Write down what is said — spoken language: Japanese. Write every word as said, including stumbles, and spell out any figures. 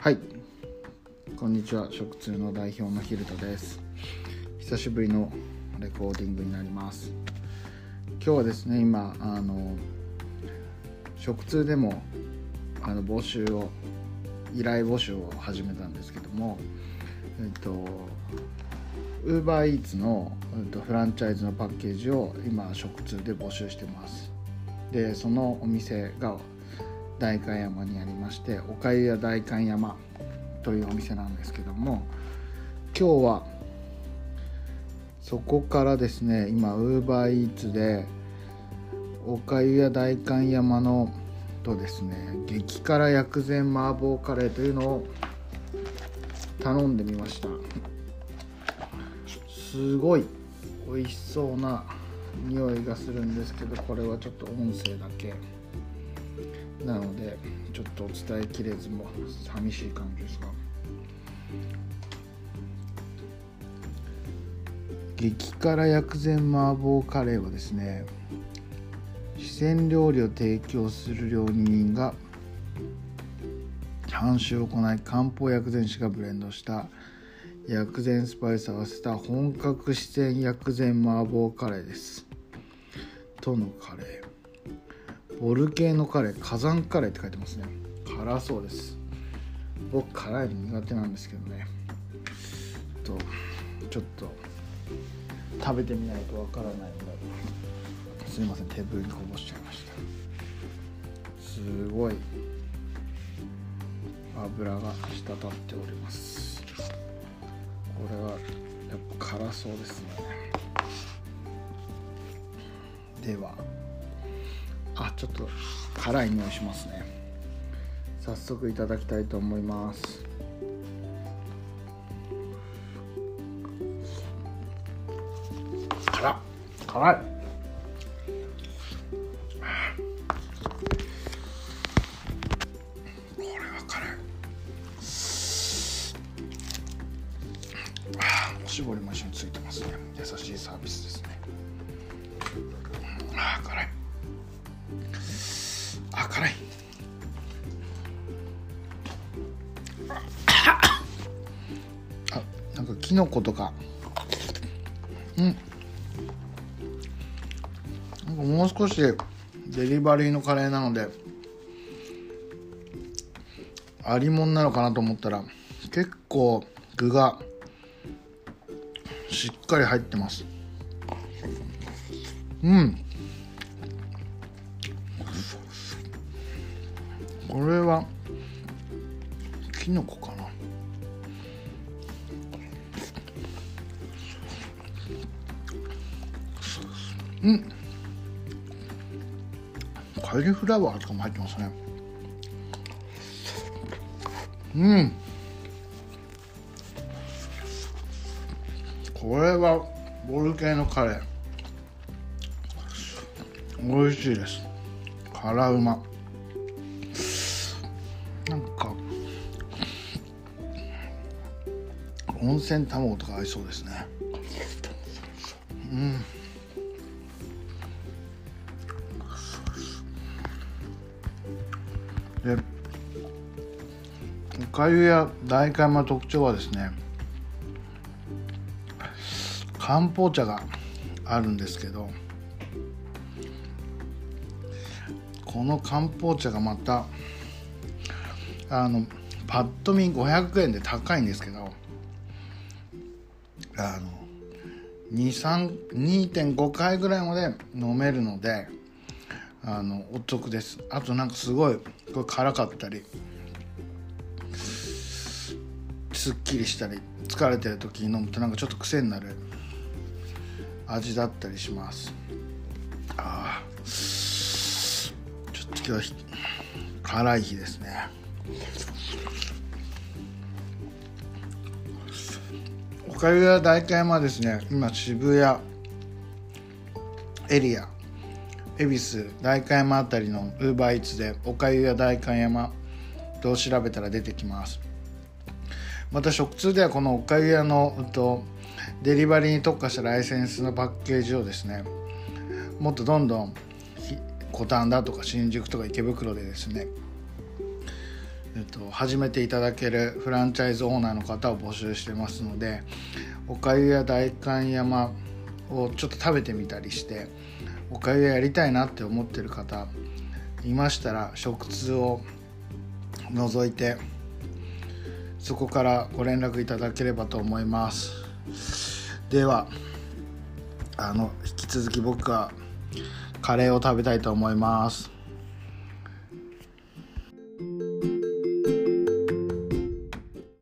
はい、こんにちは。食通の代表のヒルトです。久しぶりのレコーディングになります。今日はですね、今あの食通でもあの募集を依頼募集を始めたんですけども、えっと UberEats の、えっと、フランチャイズのパッケージを今食通で募集してます。で、そのお店が代官山にありまして、おかゆや代官山というお店なんですけども、今日はそこからですね、今 UberEats でおかゆや代官山のとですね、激辛薬膳麻婆カレーというのを頼んでみました。すごい美味しそうな匂いがするんですけど、これはちょっと音声だけなのでちょっとお伝えきれずも寂しい感じですが、激辛薬膳麻婆カレーはですね、四川料理を提供する料理人が監修を行い、漢方薬膳師がブレンドした薬膳スパイスを合わせた本格四川薬膳麻婆カレーです。とのカレー、ボルケーノカレー、火山カレーって書いてますね。辛そうです。僕辛いの苦手なんですけどね、とちょっと食べてみないとわからないので、すいません、テーブルにこぼしちゃいました。すごい油が滴っております。これはやっぱ辛そうですね。では、あ、ちょっと辛い匂いしますね。早速いただきたいと思います。辛っ辛い。これは辛い。おしぼりも一緒についてますね。優しいサービスですね。あー辛い。あ、辛い。あ、なんかキノコとか、うん、なんかもう少しデリバリーのカレーなのでありもんなのかなと思ったら、結構具がしっかり入ってます。うん、これはキノコかな。うん、カリフラワーとかも入ってますね。うん、これはボルケーノカレー美味しいです。辛うま。なんか温泉卵とか合いそうですね。うん、で、おかゆや代官山の特徴はですね、漢方茶があるんですけど、この漢方茶がまたあのパッと見ごひゃくえんで高いんですけど、あの にてんご 回ぐらいまで飲めるので、あのお得です。あとなんかすごいこれ辛かったりすっきりしたり、疲れてる時に飲むとなんかちょっと癖になる味だったりします。ああ、ちょっと今日は辛い日ですね。おかゆや代官山はですね、今渋谷エリア、恵比寿、代官山あたりの UberEats でおかゆや代官山と調べたら出てきます。また食通ではこのおかゆ屋のとデリバリーに特化したライセンスのパッケージをですね、もっとどんどん五反田とか新宿とか池袋でですね、 えっと、始めていただけるフランチャイズオーナーの方を募集してますので、おかゆや代官山をちょっと食べてみたりしておかゆやりたいなって思ってる方いましたら、食通を除いてそこからご連絡いただければと思います。ではあの引き続き僕はカレーを食べたいと思います。